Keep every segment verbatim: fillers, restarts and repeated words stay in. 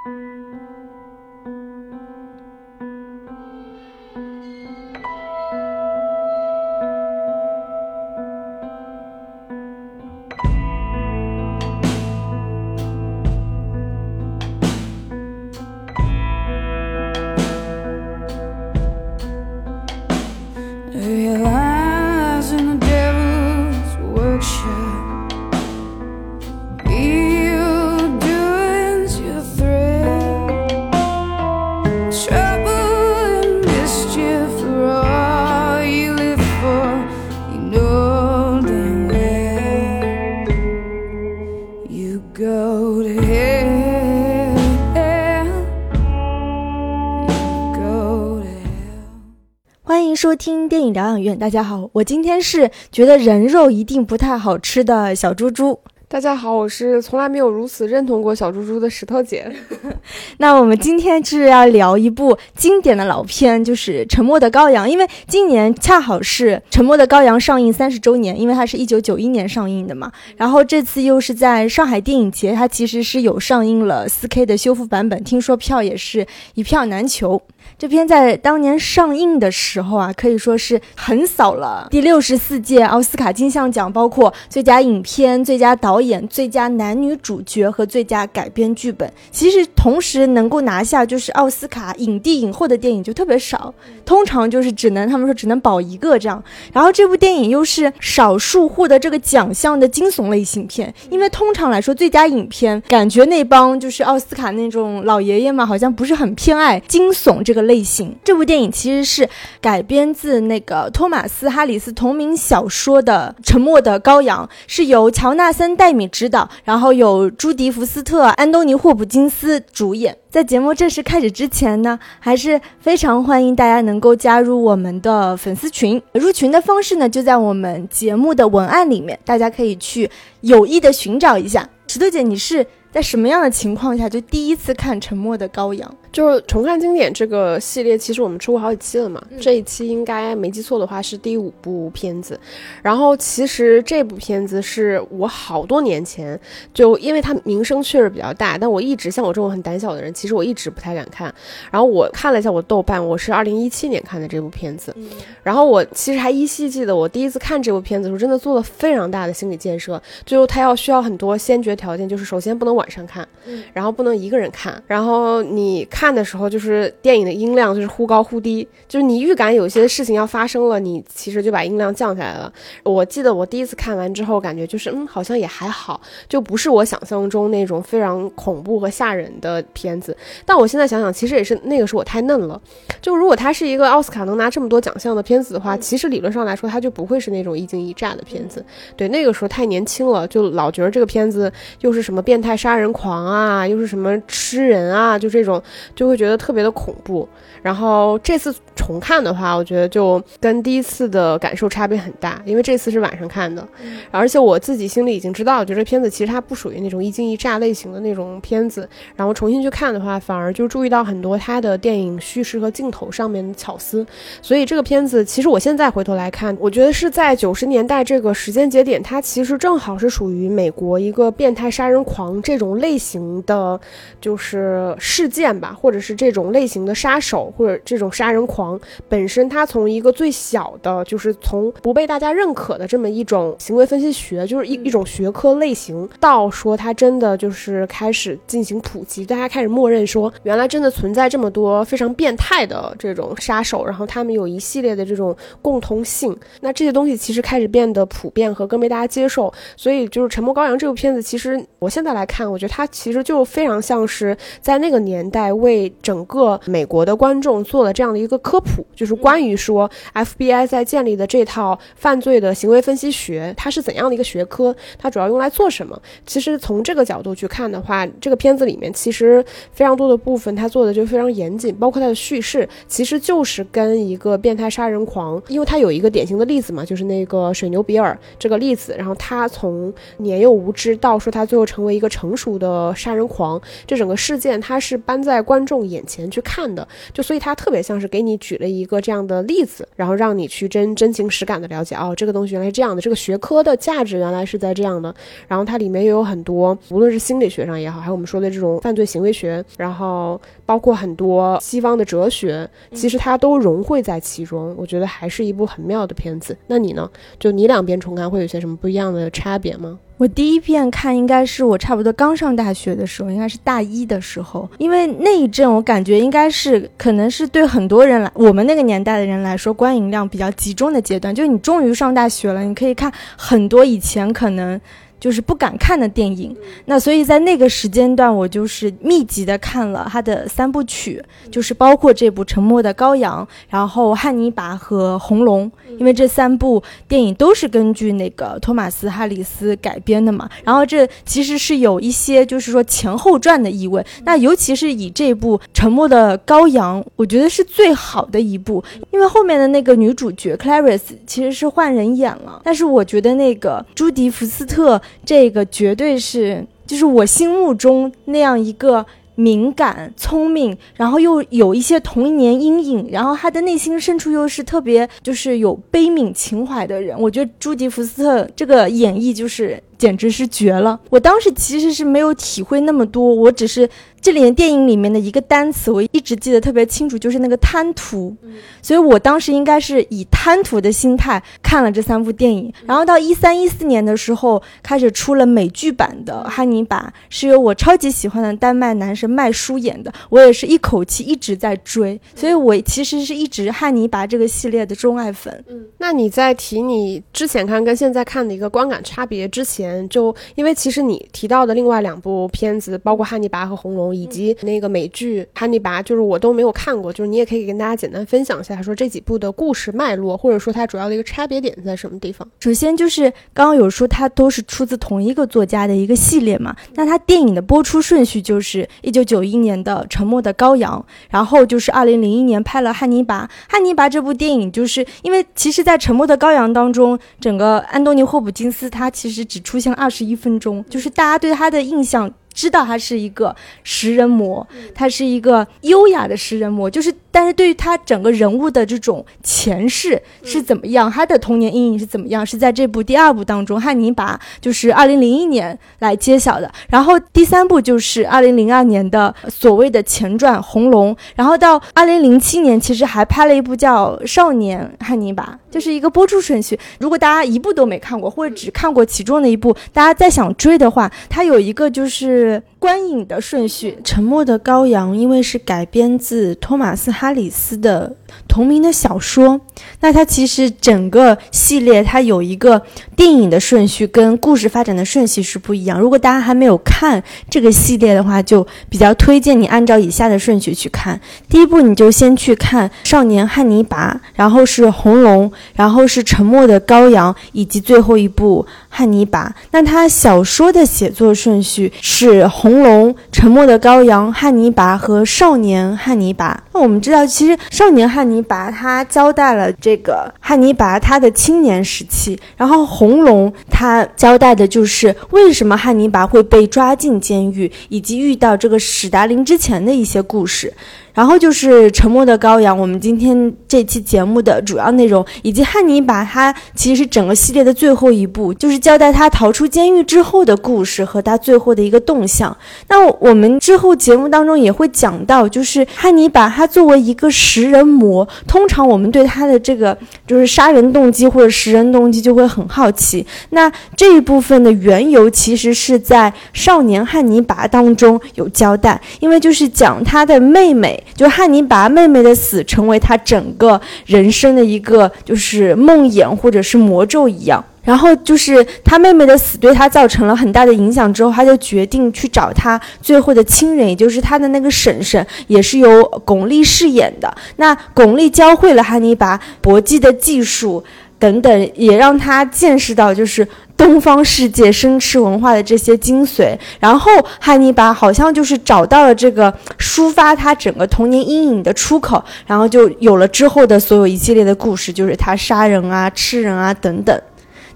欢迎收听电影疗养院，大家好，我今天是觉得人肉一定不太好吃的小猪猪。 大家好，我是从来没有如此认同过小猪猪的石头姐。 那我们今天是要聊一部经典的老片，就是《沉默的羔羊》，因为今年恰好是《沉默的羔羊》上映三十周年，因为它是一九九一年上映的嘛。然后这次又是在上海电影节，它其实是有上映了 四 K 的修复版本，听说票也是一票难求。这片在当年上映的时候啊，可以说是横扫了第六十四届奥斯卡金像奖，包括最佳影片、最佳导演、最佳男女主角和最佳改编剧本。其实同时能够拿下就是奥斯卡影帝影后的电影就特别少，通常就是只能他们说只能保一个这样。然后这部电影又是少数获得这个奖项的惊悚类型片，因为通常来说最佳影片感觉那帮就是奥斯卡那种老爷爷嘛，好像不是很偏爱惊悚这个类型。这部电影其实是改编自那个托马斯哈里斯同名小说的《沉默的羔羊》，是由乔纳森戴米执导，然后有朱迪福斯特、安东尼霍普金斯主演。在节目正式开始之前呢，还是非常欢迎大家能够加入我们的粉丝群，入群的方式呢就在我们节目的文案里面，大家可以去有意的寻找一下。石头姐，你是在什么样的情况下就第一次看《沉默的羔羊》？ 就是重看经典这个系列，其实我们出过好几期了嘛、嗯、这一期应该没记错的话是第五部片子。然后其实这部片子是我好多年前就因为它名声确实比较大，但我一直像我这种很胆小的人，其实我一直不太敢看。然后我看了一下我豆瓣，我是二零一七年看的这部片子、嗯、然后我其实还依稀记得我第一次看这部片子的时候真的做了非常大的心理建设，就它要需要很多先决条件，就是首先不能晚上看、嗯、然后不能一个人看，然后你看看的时候就是电影的音量就是忽高忽低，就是你预感有些事情要发生了，你其实就把音量降下来了。我记得我第一次看完之后感觉就是嗯，好像也还好，就不是我想象中那种非常恐怖和吓人的片子。但我现在想想其实也是那个时候我太嫩了，就如果它是一个奥斯卡能拿这么多奖项的片子的话，其实理论上来说它就不会是那种一惊一乍的片子。对，那个时候太年轻了，就老觉得这个片子又是什么变态杀人狂啊，又是什么吃人啊，就这种就会觉得特别的恐怖。然后这次重看的话，我觉得就跟第一次的感受差别很大，因为这次是晚上看的、嗯、而且我自己心里已经知道，我觉得这片子其实它不属于那种一惊一乍类型的那种片子，然后重新去看的话反而就注意到很多它的电影叙事和镜头上面的巧思。所以这个片子其实我现在回头来看，我觉得是在九十年代这个时间节点，它其实正好是属于美国一个变态杀人狂这种类型的就是事件吧，或者是这种类型的杀手或者这种杀人狂本身，他从一个最小的就是从不被大家认可的这么一种行为分析学，就是一一种学科类型，到说他真的就是开始进行普及，大家开始默认说原来真的存在这么多非常变态的这种杀手，然后他们有一系列的这种共通性，那这些东西其实开始变得普遍和更被大家接受。所以就是《沉默羔羊》这部片子，其实我现在来看，我觉得它其实就非常像是在那个年代为整个美国的观众做了这样的一个科普，就是关于说 F B I 在建立的这套犯罪的行为分析学它是怎样的一个学科，它主要用来做什么。其实从这个角度去看的话，这个片子里面其实非常多的部分它做的就非常严谨，包括它的叙事其实就是跟一个变态杀人狂，因为它有一个典型的例子嘛，就是那个水牛比尔这个例子，然后他从年幼无知到说他最后成为一个成熟属的杀人狂，这整个事件它是搬在观众眼前去看的，就所以它特别像是给你举了一个这样的例子，然后让你去真真情实感的了解，哦，这个东西原来是这样的，这个学科的价值原来是在这样的。然后它里面也有很多，无论是心理学上也好，还有我们说的这种犯罪行为学，然后包括很多西方的哲学，其实它都融汇在其中，我觉得还是一部很妙的片子。那你呢？就你两边重看会有些什么不一样的差别吗？ 我第一遍看应该是我差不多刚上大学的时候，应该是大一的时候，因为那一阵我感觉应该是可能是对很多人来，我们那个年代的人来说，观影量比较集中的阶段，就是你终于上大学了，你可以看很多以前可能就是不敢看的电影。那所以在那个时间段，我就是密集的看了他的三部曲，就是包括这部《沉默的羔羊》，然后《汉尼拔》和《红龙》，因为这三部电影都是根据那个托马斯·哈里斯改编的嘛。然后这其实是有一些就是说前后传的意味。那尤其是以这部《沉默的羔羊》，我觉得是最好的一部，因为后面的那个女主角 Clarice 其实是换人演了，但是我觉得那个朱迪·福斯特这个绝对是就是我心目中那样一个敏感聪明，然后又有一些童年阴影，然后他的内心深处又是特别就是有悲悯情怀的人。我觉得朱迪福斯特这个演绎就是简直是绝了。我当时其实是没有体会那么多，我只是这里电影里面的一个单词我一直记得特别清楚，就是那个贪图、嗯、所以我当时应该是以贪图的心态看了这三部电影。然后到一三一四年的时候开始出了美剧版的汉尼拔，是由我超级喜欢的丹麦男神麦舒演的，我也是一口气一直在追，所以我其实是一直汉尼拔这个系列的钟爱粉。 嗯，那你在提你之前看跟现在看的一个观感差别之前，就因为其实你提到的另外两部片子包括汉尼拔和红龙以及那个美剧汉尼拔，就是我都没有看过，就是你也可以跟大家简单分享一下说这几部的故事脉络，或者说它主要的一个差别点在什么地方。 首先就是刚刚有说它都是出自同一个作家的一个系列嘛，那它电影的播出顺序就是一九九一年的沉默的羔羊，然后就是二零零一年拍了汉尼拔。汉尼拔这部电影就是因为其实在沉默的羔羊当中，整个安东尼霍普金斯他其实只出现了二十一分钟，就是大家对他的印象知道他是一个食人魔，他是一个优雅的食人魔，就是但是对于他整个人物的这种前世是怎么样，他的童年阴影是怎么样，是在这部第二部当中汉尼拔就是二零零一年来揭晓的。然后第三部就是二零零二年的所谓的前传红龙，然后到二零零七年其实还拍了一部叫少年汉尼拔，就是一个播出顺序。如果大家一部都没看过或者只看过其中的一部，大家再想追的话，它有一个就是观影的顺序。沉默的羔羊因为是改编自托马斯哈里斯的同名的小说，那它其实整个系列它有一个电影的顺序跟故事发展的顺序是不一样。如果大家还没有看这个系列的话，就比较推荐你按照以下的顺序去看。第一部你就先去看少年汉尼拔，然后是红龙，然后是沉默的羔羊，以及最后一部汉尼拔。那它小说的写作顺序是红龙、沉默的羔羊、汉尼拔和少年汉尼拔。那我们知道其实少年汉尼拔他交代了这个汉尼拔他的青年时期，然后红龙他交代的就是为什么汉尼拔会被抓进监狱，以及遇到这个史达林之前的一些故事。然后就是沉默的羔羊，我们今天这期节目的主要内容，以及汉尼拔他其实是整个系列的最后一部，就是交代他逃出监狱之后的故事和他最后的一个动向。那我们之后节目当中也会讲到，就是汉尼拔他作为一个食人魔，通常我们对他的这个就是杀人动机或者食人动机就会很好奇。那这一部分的缘由其实是在少年汉尼拔当中有交代，因为就是讲他的妹妹，就汉尼拔妹妹的死成为他整个人生的一个就是梦魇或者是魔咒一样。然后就是他妹妹的死对他造成了很大的影响之后，他就决定去找他最后的亲人，也就是他的那个婶婶，也是由巩俐饰演的。那巩俐教会了汉尼拔搏击的技术等等，也让他见识到就是东方世界生吃文化的这些精髓。然后汉尼拔好像就是找到了这个抒发他整个童年阴影的出口，然后就有了之后的所有一系列的故事，就是他杀人啊、吃人啊等等。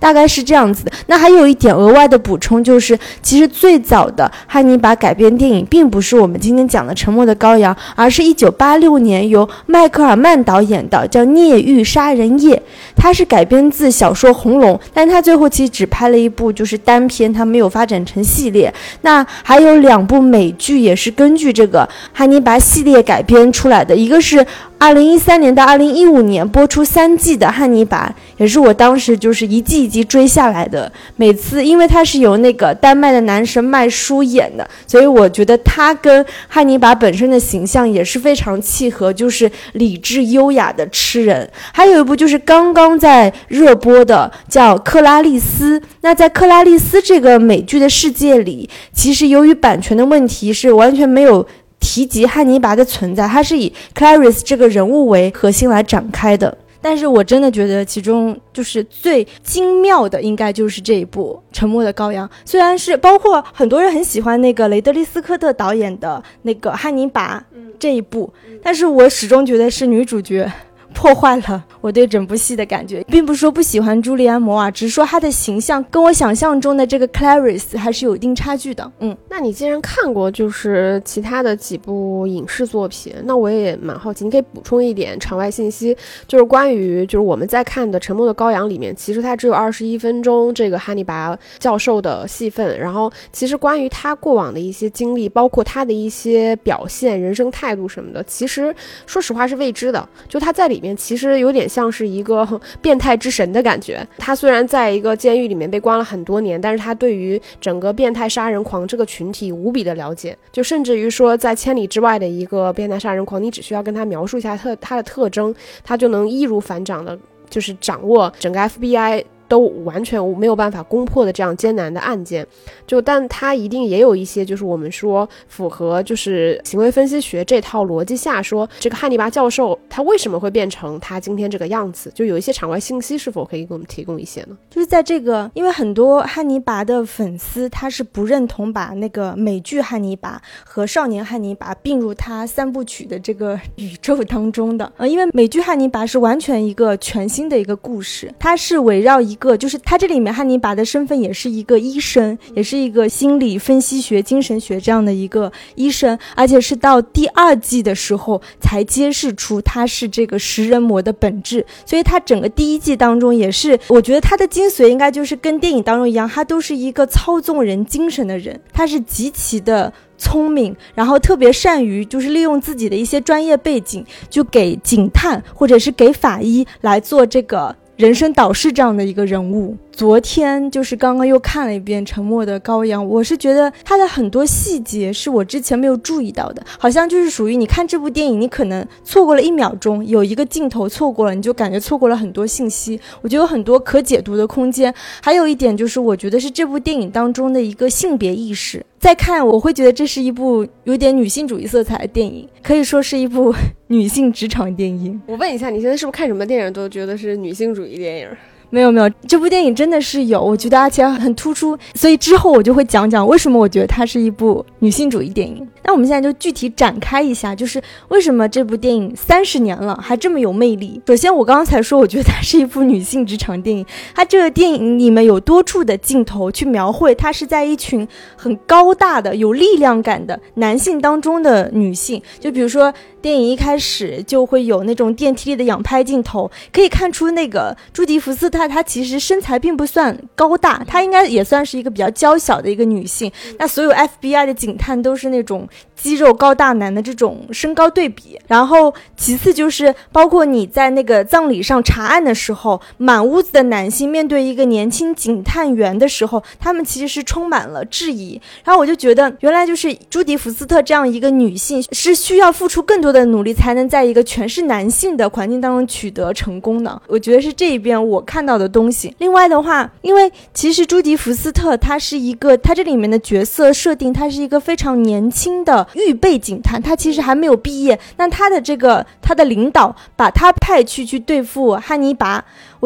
大概是这样子的。那还有一点额外的补充，就是其实最早的汉尼拔改编电影并不是我们今天讲的《沉默的羔羊》，而是一九八六年由迈克尔曼导演的叫《孽狱杀人夜》，它是改编自小说《红龙》，但他最后其实只拍了一部就是单片，他没有发展成系列。那还有两部美剧也是根据这个汉尼拔系列改编出来的，一个是二零一三年到二零一五年播出三季的汉尼拔，也是我当时就是一季一季追下来的。每次因为他是由那个丹麦的男神麦舒演的，所以我觉得他跟汉尼拔本身的形象也是非常契合，就是理智优雅的吃人。还有一部就是刚刚在热播的叫克拉丽丝，那在克拉丽丝这个美剧的世界里，其实由于版权的问题是完全没有提及汉尼拔的存在，它是以 Clarice 这个人物为核心来展开的。但是我真的觉得其中就是最精妙的应该就是这一部《沉默的羔羊》，虽然是包括很多人很喜欢那个雷德利·斯科特导演的那个汉尼拔这一部，但是我始终觉得是女主角破坏了我对整部戏的感觉，并不是说不喜欢朱莉安·摩尔，只是说她的形象跟我想象中的这个 Clarice 还是有一定差距的。嗯， 那你既然看过就是其他的几部影视作品，那我也蛮好奇，你可以补充一点场外信息，就是关于就是我们在看的《沉默的羔羊》里面，其实它只有二十一分钟这个汉尼拔教授的戏份，然后其实关于他过往的一些经历，包括他的一些表现、人生态度什么的，其实说实话是未知的。就他在里面其实有点像是一个变态之神的感觉，他虽然在一个监狱里面被关了很多年，但是他对于整个变态杀人狂这个群体无比的了解，就甚至于说在千里之外的一个变态杀人狂，你只需要跟他描述一下特他的特征，他就能易如反掌的就是掌握整个 F B I都完全没有办法攻破的这样艰难的案件。就但它一定也有一些就是我们说符合就是行为分析学这套逻辑下说这个汉尼拔教授他为什么会变成他今天这个样子，就有一些场外信息是否可以给我们提供一些呢？ 就是在这个因为很多汉尼拔的粉丝他是不认同把那个美剧汉尼拔和少年汉尼拔并入他三部曲的这个宇宙当中的、呃、因为美剧汉尼拔是完全一个全新的一个故事，它是围绕一个就是他这里面汉尼拔的身份也是一个医生，也是一个心理分析学精神学这样的一个医生，而且是到第二季的时候才揭示出他是这个食人魔的本质，所以他整个第一季当中也是我觉得他的精髓应该就是跟电影当中一样，他都是一个操纵人精神的人，他是极其的聪明，然后特别善于就是利用自己的一些专业背景，就给警探或者是给法医来做这个人生导师这样的一个人物。昨天就是刚刚又看了一遍《沉默的羔羊》，我是觉得它的很多细节是我之前没有注意到的，好像就是属于你看这部电影你可能错过了一秒钟，有一个镜头错过了，你就感觉错过了很多信息，我觉得有很多可解读的空间。还有一点就是我觉得是这部电影当中的一个性别意识，再看我会觉得这是一部有点女性主义色彩的电影，可以说是一部女性职场电影。 我问一下，你现在是不是看什么电影都觉得是女性主义电影？ 没有没有，这部电影真的是有，我觉得而且很突出，所以之后我就会讲讲为什么我觉得它是一部女性主义电影。那我们现在就具体展开一下，就是为什么这部电影三十年了还这么有魅力。首先我刚才说我觉得它是一部女性职场电影，它这个电影里面有多处的镜头去描绘它是在一群很高大的有力量感的男性当中的女性，就比如说电影一开始就会有那种电梯里的仰拍镜头，可以看出那个朱迪福斯特她其实身材并不算高大，她应该也算是一个比较娇小的一个女性。那所有 F B I 的警探都是那种肌肉高大男的这种身高对比。然后其次就是包括你在那个葬礼上查案的时候，满屋子的男性面对一个年轻警探员的时候，他们其实是充满了质疑。然后我就觉得原来就是朱迪福斯特这样一个女性是需要付出更多的努力才能在一个全是男性的环境当中取得成功的，我觉得是这一边我看到的东西。另外的话，因为其实朱迪福斯特他是一个，他这里面的角色设定他是一个非常年轻的预备警探，他其实还没有毕业，那他的这个他的领导把他派去去对付汉尼拔，我觉得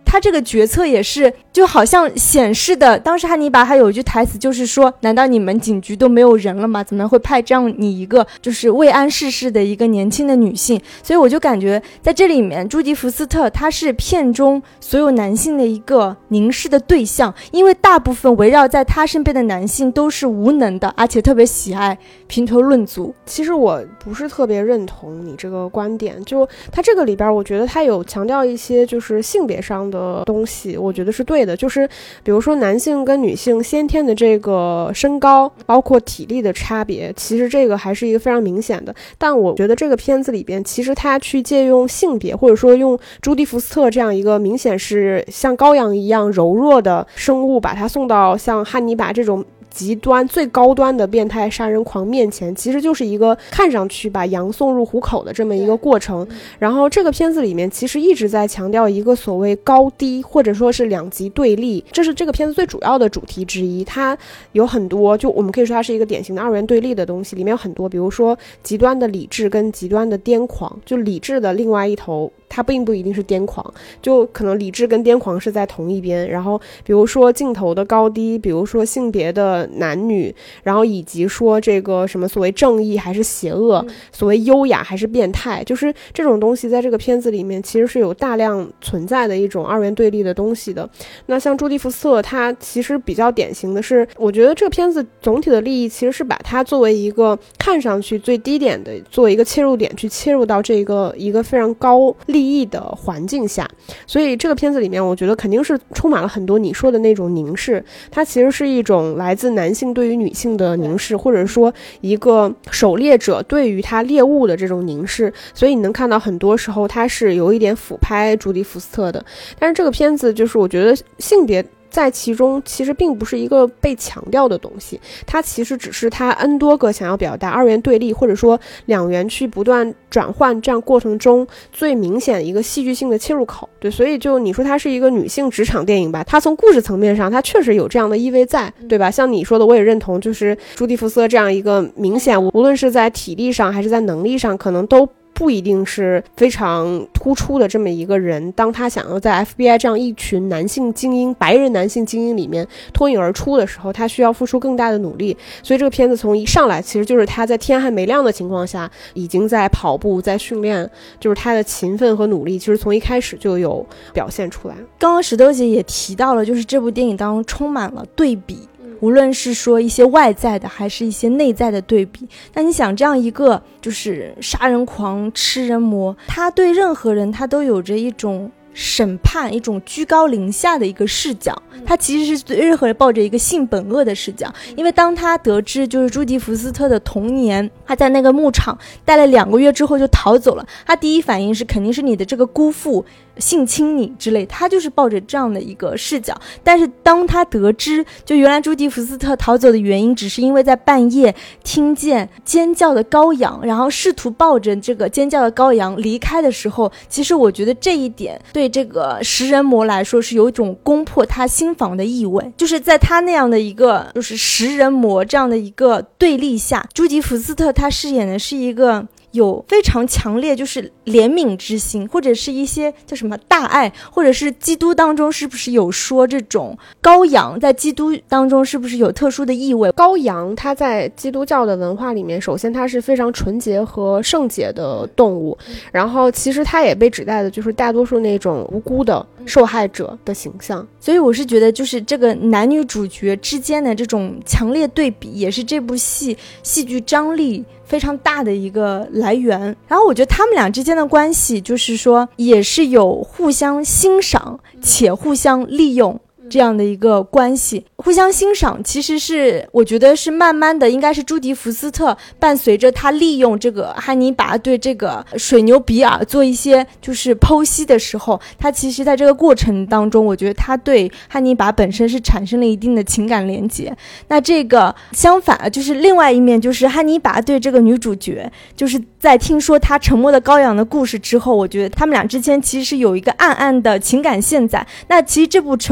他这个决策也是就好像显示的，当时汉尼拔还有一句台词就是说，难道你们警局都没有人了吗？怎么会派这样你一个就是未谙世事的一个年轻的女性？所以我就感觉在这里面朱迪福斯特她是片中所有男性的一个凝视的对象，因为大部分围绕在她身边的男性都是无能的，而且特别喜爱评头论足。 其实我不是特别认同你这个观点，就他这个里边我觉得他有强调一些就是性别上的东西，我觉得是对的，就是比如说男性跟女性先天的这个身高包括体力的差别，其实这个还是一个非常明显的。但我觉得这个片子里边其实他去借用性别，或者说用朱迪福斯特这样一个明显是像羔羊一样柔弱的生物，把他送到像汉尼拔这种极端最高端的变态杀人狂面前，其实就是一个看上去把羊送入虎口的这么一个过程。然后这个片子里面其实一直在强调一个所谓高低，或者说是两极对立，这是这个片子最主要的主题之一。它有很多，就我们可以说它是一个典型的二元对立的东西，里面有很多比如说极端的理智跟极端的癫狂，就理智的另外一头它并不一定是癫狂，就可能理智跟癫狂是在同一边。然后比如说镜头的高低，比如说性别的男女，然后以及说这个什么所谓正义还是邪恶、嗯、所谓优雅还是变态，就是这种东西在这个片子里面其实是有大量存在的一种二元对立的东西的。那像朱迪福斯特他其实比较典型的是，我觉得这个片子总体的利益其实是把它作为一个看上去最低点的作为一个切入点去切入到这个一个非常高利益的环境下，所以这个片子里面我觉得肯定是充满了很多你说的那种凝视，它其实是一种来自男性对于女性的凝视，或者说一个狩猎者对于他猎物的这种凝视，所以你能看到很多时候它是有一点俯拍朱迪福斯特的。但是这个片子就是我觉得性别在其中其实并不是一个被强调的东西，它其实只是它 N 多个想要表达二元对立或者说两元去不断转换这样过程中最明显一个戏剧性的切入口。对，所以就你说它是一个女性职场电影吧，它从故事层面上它确实有这样的意味在，对吧？像你说的我也认同，就是朱迪福斯特这样一个明显无论是在体力上还是在能力上可能都不一定是非常突出的这么一个人，当他想要在 F B I 这样一群男性精英白人男性精英里面脱颖而出的时候，他需要付出更大的努力。所以这个片子从一上来其实就是他在天还没亮的情况下已经在跑步在训练，就是他的勤奋和努力其实从一开始就有表现出来。 刚刚石头姐也提到了，就是这部电影当中充满了对比，无论是说一些外在的还是一些内在的对比。那你想这样一个就是杀人狂吃人魔，他对任何人他都有着一种审判一种居高临下的一个视角，他其实是对任何人抱着一个性本恶的视角。因为当他得知就是朱迪福斯特的童年他在那个牧场待了两个月之后就逃走了，他第一反应是肯定是你的这个姑父性侵你之类，他就是抱着这样的一个视角。但是当他得知就原来朱迪福斯特逃走的原因只是因为在半夜听见尖叫的羔羊，然后试图抱着这个尖叫的羔羊离开的时候，其实我觉得这一点对这个食人魔来说是有一种攻破他心防的意味。就是在他那样的一个就是食人魔这样的一个对立下，朱迪福斯特他饰演的是一个有非常强烈就是怜悯之心，或者是一些叫什么大爱，或者是基督当中是不是有说这种羔羊在基督当中是不是有特殊的意味。 羔羊它在基督教的文化里面首先它是非常纯洁和圣洁的动物，然后其实它也被指代的就是大多数那种无辜的受害者的形象。 所以我是觉得就是这个男女主角之间的这种强烈对比也是这部戏戏剧张力非常大的一个来源。然后我觉得他们俩之间的关系就是说也是有互相欣赏且互相利用这样的一个关系。互相欣赏其实是我觉得是慢慢的应该是朱迪福斯特伴随着他利用这个汉尼拔对这个水牛比尔做一些就是剖析的时候，他其实在这个过程当中我觉得他对汉尼拔本身是产生了一定的情感连结。那这个相反就是另外一面，就是汉尼拔对这个女主角就是在听说他沉默的羔羊的故事之后，我觉得他们俩之间其实是有一个暗暗的情感线在。那其实这部沉默的羔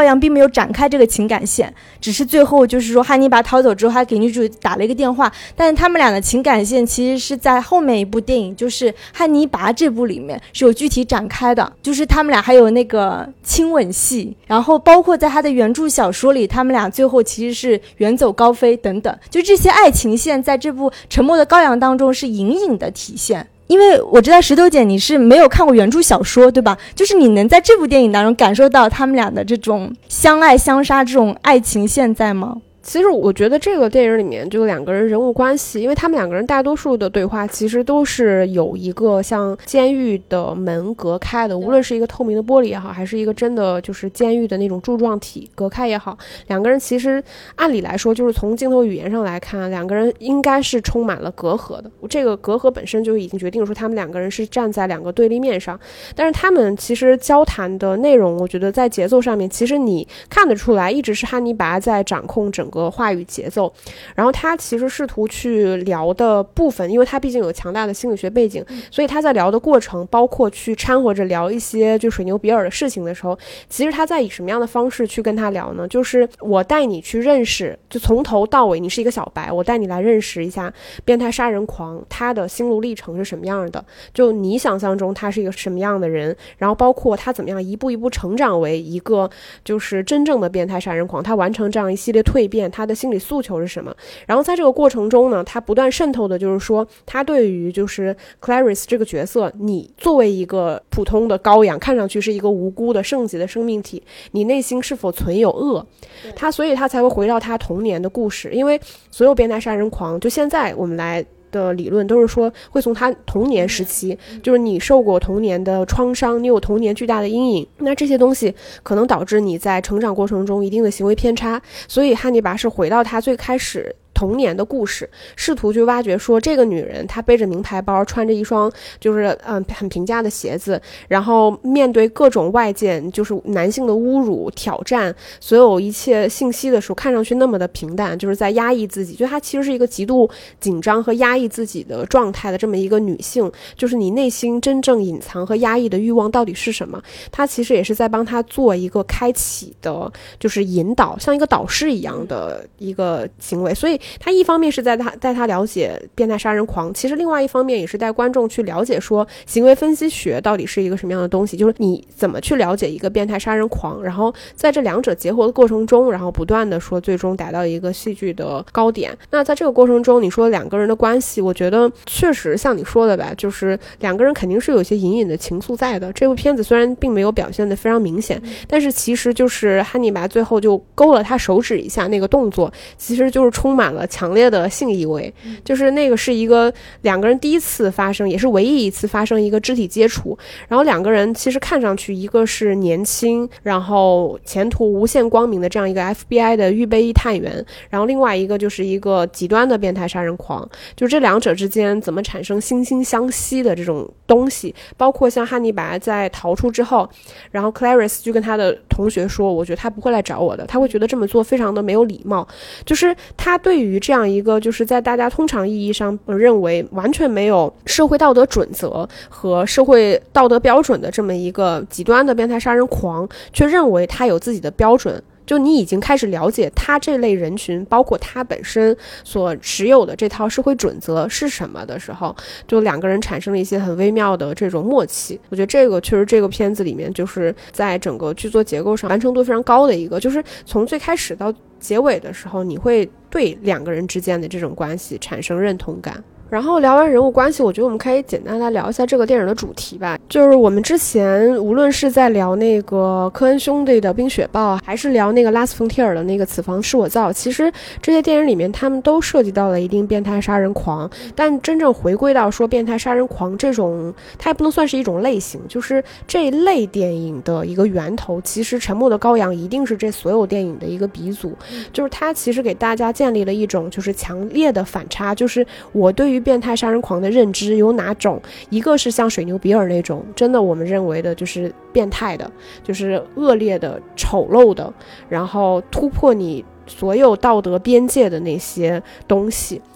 扬并没有展开这个情感线，只是最后就是说汉尼拔逃走之后还给女主打了一个电话，但是他们俩的情感线其实是在后面一部电影就是汉尼拔这部里面是有具体展开的，就是他们俩还有那个亲吻戏，然后包括在他的原著小说里他们俩最后其实是远走高飞等等，就这些爱情线在这部沉默的羔羊当中是隐隐的体现。因为我知道石头姐你是没有看过原著小说对吧，就是你能在这部电影当中感受到他们俩的这种相爱相杀这种爱情线在吗？ 其实我觉得这个电影里面就两个人人物关系，因为他们两个人大多数的对话其实都是有一个像监狱的门隔开的，无论是一个透明的玻璃也好，还是一个真的就是监狱的那种柱状体隔开也好，两个人其实按理来说就是从镜头语言上来看，两个人应该是充满了隔阂的，这个隔阂本身就已经决定了说他们两个人是站在两个对立面上，但是他们其实交谈的内容我觉得在节奏上面其实你看得出来一直是汉尼拔在掌控整个个话语节奏，然后他其实试图去聊的部分，因为他毕竟有强大的心理学背景，所以他在聊的过程包括去掺和着聊一些就水牛比尔的事情的时候，其实他在以什么样的方式去跟他聊呢，就是我带你去认识，就从头到尾你是一个小白，我带你来认识一下变态杀人狂他的心路历程是什么样的，就你想象中他是一个什么样的人，然后包括他怎么样一步一步成长为一个就是真正的变态杀人狂，他完成这样一系列蜕变，他的心理诉求是什么，然后在这个过程中呢，他不断渗透的就是说他对于就是 Clarice 这个角色，你作为一个普通的羔羊，看上去是一个无辜的圣洁的生命体，你内心是否存有恶，他所以他才会回到他童年的故事，因为所有变态杀人狂就现在我们来的理论都是说会从他童年时期，就是你受过童年的创伤，你有童年巨大的阴影，那这些东西可能导致你在成长过程中一定的行为偏差，所以汉尼拔是回到他最开始童年的故事，试图去挖掘说这个女人她背着名牌包，穿着一双就是嗯很平价的鞋子，然后面对各种外界就是男性的侮辱挑战所有一切信息的时候，看上去那么的平淡，就是在压抑自己，就她其实是一个极度紧张和压抑自己的状态的这么一个女性，就是你内心真正隐藏和压抑的欲望到底是什么，她其实也是在帮她做一个开启的就是引导，像一个导师一样的一个行为，所以他一方面是在他带他了解变态杀人狂，其实另外一方面也是带观众去了解说行为分析学到底是一个什么样的东西，就是你怎么去了解一个变态杀人狂，然后在这两者结合的过程中，然后不断的说最终达到一个戏剧的高点。那在这个过程中你说两个人的关系，我觉得确实像你说的吧，就是两个人肯定是有一些隐隐的情愫在的，这部片子虽然并没有表现得非常明显，但是其实就是汉尼拔最后就勾了他手指一下那个动作，其实就是充满了强烈的性意味，就是那个是一个两个人第一次发生，也是唯一一次发生一个肢体接触，然后两个人其实看上去一个是年轻然后前途无限光明的这样一个 F B I 的预备役探员，然后另外一个就是一个极端的变态杀人狂，就这两者之间怎么产生惺惺相惜的这种东西，包括像汉尼拔在逃出之后，然后 Clarice 就跟他的同学说我觉得他不会来找我的，他会觉得这么做非常的没有礼貌，就是他对于这样一个就是在大家通常意义上认为完全没有社会道德准则和社会道德标准的这么一个极端的变态杀人狂，却认为他有自己的标准，就你已经开始了解他这类人群包括他本身所持有的这套社会准则是什么的时候，就两个人产生了一些很微妙的这种默契。我觉得这个确实这个片子里面就是在整个剧作结构上完成度非常高的一个，就是从最开始到结尾的时候，你会对两个人之间的这种关系产生认同感。然后聊完人物关系，我觉得我们可以简单来聊一下这个电影的主题吧。就是我们之前无论是在聊那个科恩兄弟的冰雪暴，还是聊那个拉斯冯提尔的那个此房是我造，其实这些电影里面他们都涉及到了一定变态杀人狂，但真正回归到说变态杀人狂这种，它也不能算是一种类型，就是这一类电影的一个源头，其实沉默的羔羊一定是这所有电影的一个鼻祖，就是它其实给大家建立了一种就是强烈的反差，就是我对于变态杀人狂的认知有哪种，一个是像水牛比尔那种真的我们认为的就是变态的，就是恶劣的丑陋的，然后突破你所有道德边界的那些东西，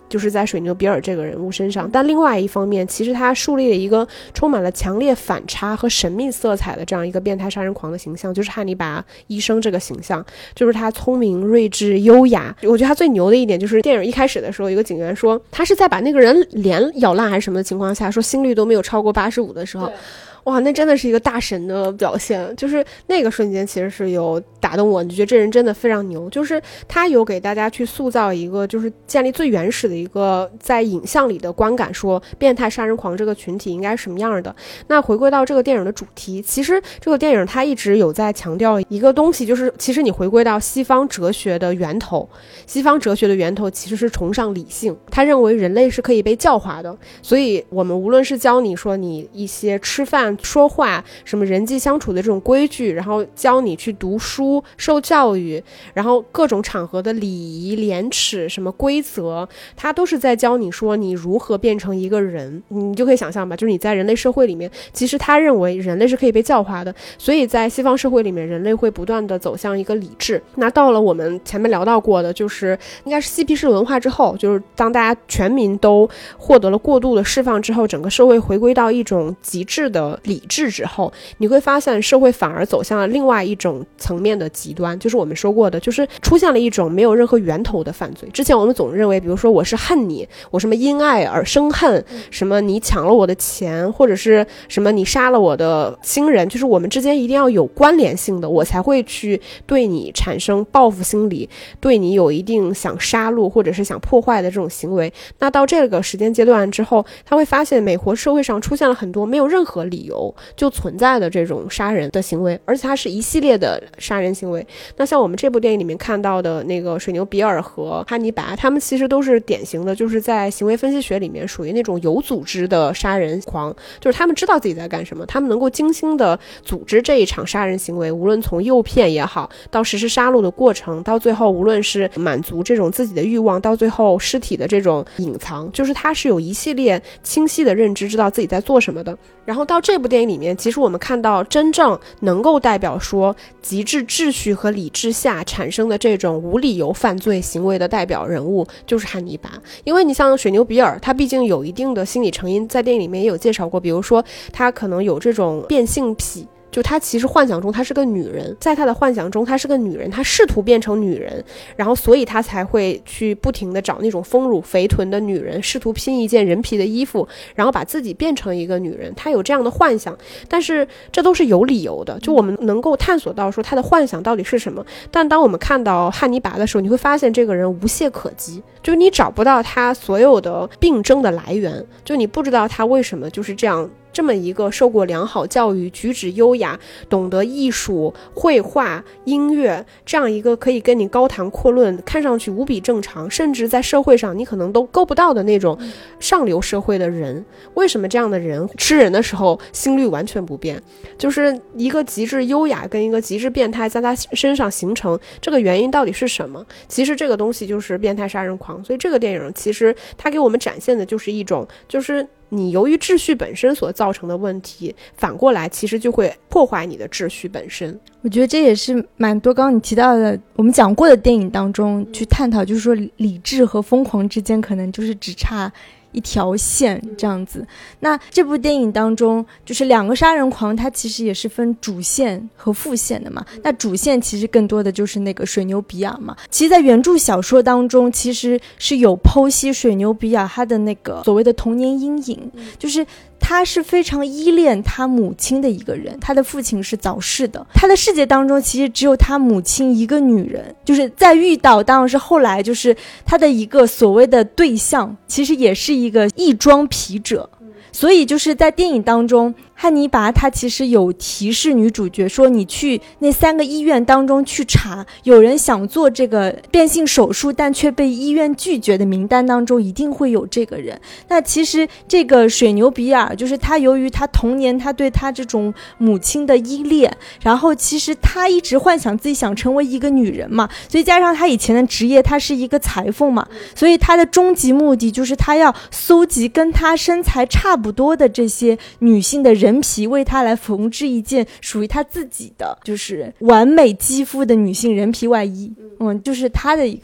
就是在水牛比尔这个人物身上，但另外一方面其实他树立了一个充满了强烈反差和神秘色彩的这样一个变态杀人狂的形象，就是汉尼拔医生这个形象，就是他聪明睿智优雅。我觉得他最牛的一点就是电影一开始的时候，一个警员说他是在把那个人脸咬烂还是什么的情况下，说心率都没有超过八十五的时候，哇，那真的是一个大神的表现，就是那个瞬间其实是有打动我，你就觉得这人真的非常牛，就是他有给大家去塑造一个就是建立最原始的一个在影像里的观感，说变态杀人狂这个群体应该是什么样的。那回归到这个电影的主题，其实这个电影它一直有在强调一个东西，就是其实你回归到西方哲学的源头，西方哲学的源头其实是崇尚理性，他认为人类是可以被教化的，所以我们无论是教你说你一些吃饭说话什么人际相处的这种规矩，然后教你去读书受教育，然后各种场合的礼仪廉耻什么规则，它都是在教你说你如何变成一个人。你就可以想象吧，就是你在人类社会里面，其实他认为人类是可以被教化的，所以在西方社会里面人类会不断的走向一个理智。那到了我们前面聊到过的，就是应该是嬉皮士文化之后，就是当大家全民都获得了过度的释放之后，整个社会回归到一种极致的理智之后，你会发现社会反而走向了另外一种层面的极端，就是我们说过的，就是出现了一种没有任何源头的犯罪。之前我们总认为比如说我是恨你，我什么因爱而生恨，什么你抢了我的钱，或者是什么你杀了我的亲人，就是我们之间一定要有关联性的，我才会去对你产生报复心理，对你有一定想杀戮或者是想破坏的这种行为。那到这个时间阶段之后，他会发现美国社会上出现了很多没有任何理由就存在的这种杀人的行为，而且它是一系列的杀人行为。那像我们这部电影里面看到的那个水牛比尔和汉尼拔，他们其实都是典型的就是在行为分析学里面属于那种有组织的杀人狂，就是他们知道自己在干什么，他们能够精心的组织这一场杀人行为，无论从诱骗也好，到实施杀戮的过程，到最后无论是满足这种自己的欲望，到最后尸体的这种隐藏，就是他是有一系列清晰的认知，知道自己在做什么的。然后到这部电影里面，其实我们看到真正能够代表说极致秩序和理智下产生的这种无理由犯罪行为的代表人物就是汉尼拔。因为你像水牛比尔，他毕竟有一定的心理成因，在电影里面也有介绍过，比如说他可能有这种变性癖，就他其实幻想中他是个女人，在他的幻想中他是个女人，他试图变成女人，然后所以他才会去不停的找那种丰乳肥臀的女人，试图拼一件人皮的衣服，然后把自己变成一个女人，他有这样的幻想。但是这都是有理由的，就我们能够探索到说他的幻想到底是什么。但当我们看到汉尼拔的时候，你会发现这个人无懈可击，就是你找不到他所有的病症的来源，就你不知道他为什么就是这样，这么一个受过良好教育、举止优雅、懂得艺术、绘画、音乐，这样一个可以跟你高谈阔论，看上去无比正常，甚至在社会上你可能都够不到的那种上流社会的人，为什么这样的人吃人的时候心率完全不变？就是一个极致优雅跟一个极致变态在他身上形成，这个原因到底是什么？其实这个东西就是变态杀人狂。所以这个电影其实它给我们展现的就是一种，就是你由于秩序本身所造成的问题，反过来其实就会破坏你的秩序本身。 我觉得这也是蛮多刚刚你提到的我们讲过的电影当中去探讨，就是说理智和疯狂之间可能就是只差一条线这样子。那这部电影当中就是两个杀人狂，它其实也是分主线和副线的嘛。那主线其实更多的就是那个水牛比尔嘛。其实在原著小说当中其实是有剖析水牛比尔他的那个所谓的童年阴影，就是他是非常依恋他母亲的一个人，他的父亲是早逝的，他的世界当中其实只有他母亲一个女人，就是在遇到当然是后来就是他的一个所谓的对象其实也是一个异装癖者。所以就是在电影当中，汉尼拔他其实有提示女主角说，你去那三个医院当中去查，有人想做这个变性手术但却被医院拒绝的名单当中一定会有这个人。那其实这个水牛比尔就是他由于他童年他对他这种母亲的依恋，然后其实他一直幻想自己想成为一个女人嘛，所以加上他以前的职业他是一个裁缝嘛，所以他的终极目的就是他要搜集跟他身材差不多的这些女性的人皮，为他来缝制一件属于他自己的就是完美肌肤的女性人皮外衣。嗯，就是他的一个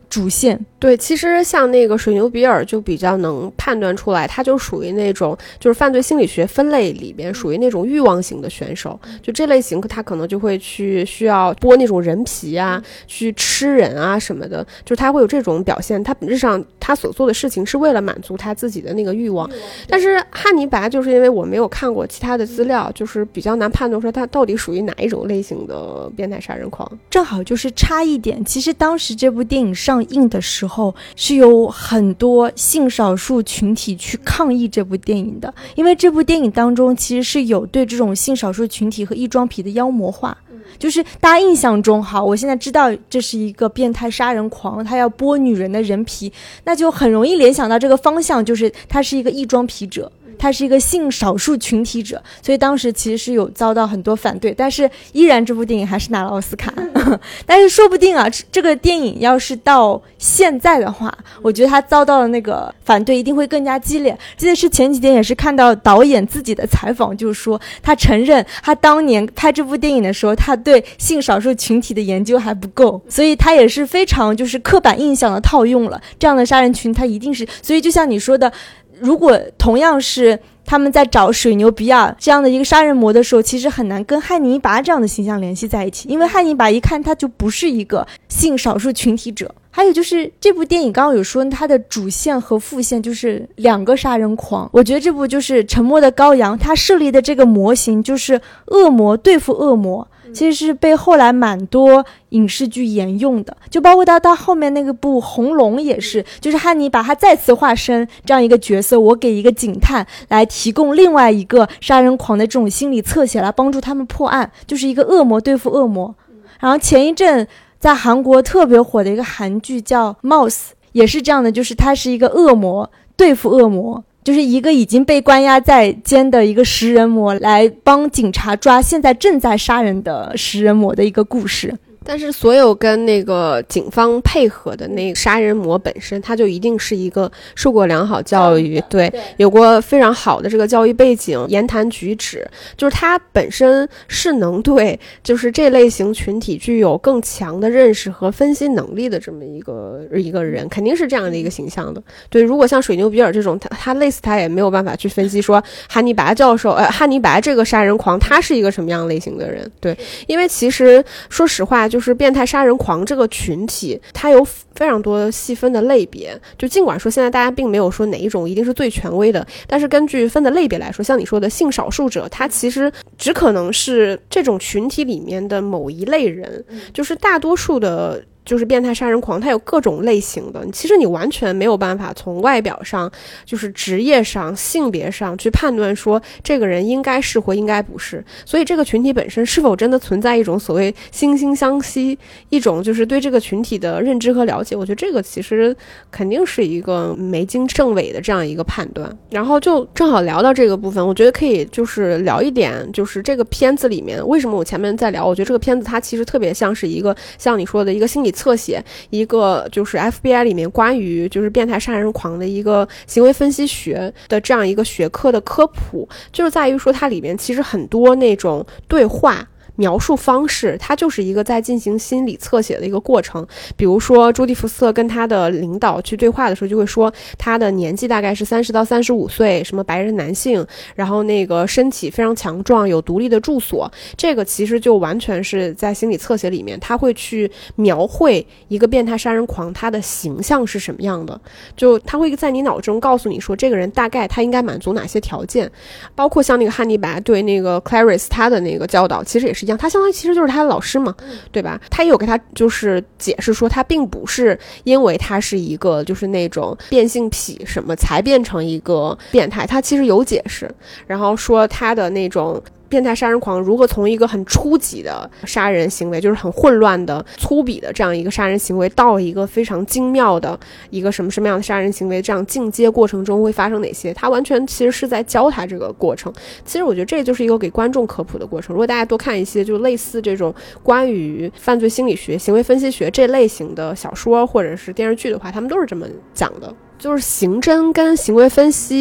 主线。 对，其实像那个水牛比尔就比较能判断出来，他就属于那种就是犯罪心理学分类里边属于那种欲望型的选手，就这类型他可能就会去需要剥那种人皮啊，去吃人啊什么的，就是他会有这种表现，他本质上他所做的事情是为了满足他自己的那个欲望。但是汉尼拔就是因为我没有看过其他的资料，就是比较难判断说他到底属于哪一种类型的变态杀人狂。 正好就是差一点，其实当时这部电影上映的时候是有很多性少数群体去抗议这部电影的，因为这部电影当中其实是有对这种性少数群体和异装癖的妖魔化，就是大家印象中，好，我现在知道这是一个变态杀人狂，他要剥女人的人皮，那就很容易联想到这个方向，就是他是一个异装癖者，他是一个性少数群体者，所以当时其实是有遭到很多反对，但是依然这部电影还是拿了奥斯卡但是说不定啊，这个电影要是到现在的话，我觉得他遭到的那个反对一定会更加激烈。记得是前几天也是看到导演自己的采访，就是说他承认他当年拍这部电影的时候，他对性少数群体的研究还不够，所以他也是非常就是刻板印象的套用了这样的杀人群，他一定是，所以就像你说的，如果同样是他们在找水牛比尔这样的一个杀人魔的时候，其实很难跟汉尼拔这样的形象联系在一起，因为汉尼拔一看他就不是一个性少数群体者。还有就是这部电影刚刚有说它的主线和副线就是两个杀人狂，我觉得这部就是沉默的羔羊，它设立的这个模型就是恶魔对付恶魔，其实是被后来蛮多影视剧沿用的，就包括到到后面那个部红龙也是，就是汉尼拔他再次化身这样一个角色，我给一个警探来提供另外一个杀人狂的这种心理侧写来帮助他们破案，就是一个恶魔对付恶魔。然后前一阵在韩国特别火的一个韩剧叫 Mouse 也是这样的，就是他是一个恶魔对付恶魔，就是一个已经被关押在监的一个食人魔来帮警察抓现在正在杀人的食人魔的一个故事。 但是所有跟那个警方配合的那个杀人魔本身，他就一定是一个受过良好教育，对，有过非常好的这个教育背景，言谈举止，就是他本身是能对就是这类型群体具有更强的认识和分析能力的这么一个一个人，肯定是这样的一个形象的。对，如果像水牛比尔这种，他他类似他也没有办法去分析说汉尼拔教授，呃，汉尼拔这个杀人狂他是一个什么样类型的人。对，因为其实说实话，就就是变态杀人狂这个群体，它有非常多细分的类别，就尽管说现在大家并没有说哪一种一定是最权威的，但是根据分的类别来说，像你说的性少数者，他其实只可能是这种群体里面的某一类人，就是大多数的就是变态杀人狂它有各种类型的，其实你完全没有办法从外表上就是职业上性别上去判断说这个人应该是或应该不是，所以这个群体本身是否真的存在一种所谓惺惺相惜，一种就是对这个群体的认知和了解，我觉得这个其实肯定是一个没经证伪的这样一个判断。然后就正好聊到这个部分，我觉得可以就是聊一点，就是这个片子里面为什么我前面在聊，我觉得这个片子它其实特别像是一个像你说的一个心理侧写，一个就是 F B I 里面关于就是变态杀人狂的一个行为分析学的这样一个学科的科普，就是在于说它里面其实很多那种对话描述方式，它就是一个在进行心理侧写的一个过程。比如说朱蒂福斯特跟他的领导去对话的时候，就会说他的年纪大概是三十到三十五岁，什么白人男性，然后那个身体非常强壮，有独立的住所，这个其实就完全是在心理侧写里面他会去描绘一个变态杀人狂他的形象是什么样的，就他会在你脑中告诉你说这个人大概他应该满足哪些条件，包括像那个汉尼拔对那个 Clarice 他的那个教导其实也是一样，他相当于其实就是他的老师嘛，对吧？他也有给他就是解释说他并不是因为他是一个就是那种变性癖什么才变成一个变态，他其实有解释，然后说他的那种变态杀人狂如何从一个很初级的杀人行为，就是很混乱的粗鄙的这样一个杀人行为，到一个非常精妙的一个什么什么样的杀人行为，这样进阶过程中会发生哪些，他完全其实是在教他这个过程。其实我觉得这就是一个给观众科普的过程，如果大家多看一些就类似这种关于犯罪心理学行为分析学这类型的小说或者是电视剧的话，他们都是这么讲的，就是刑侦跟行为分析是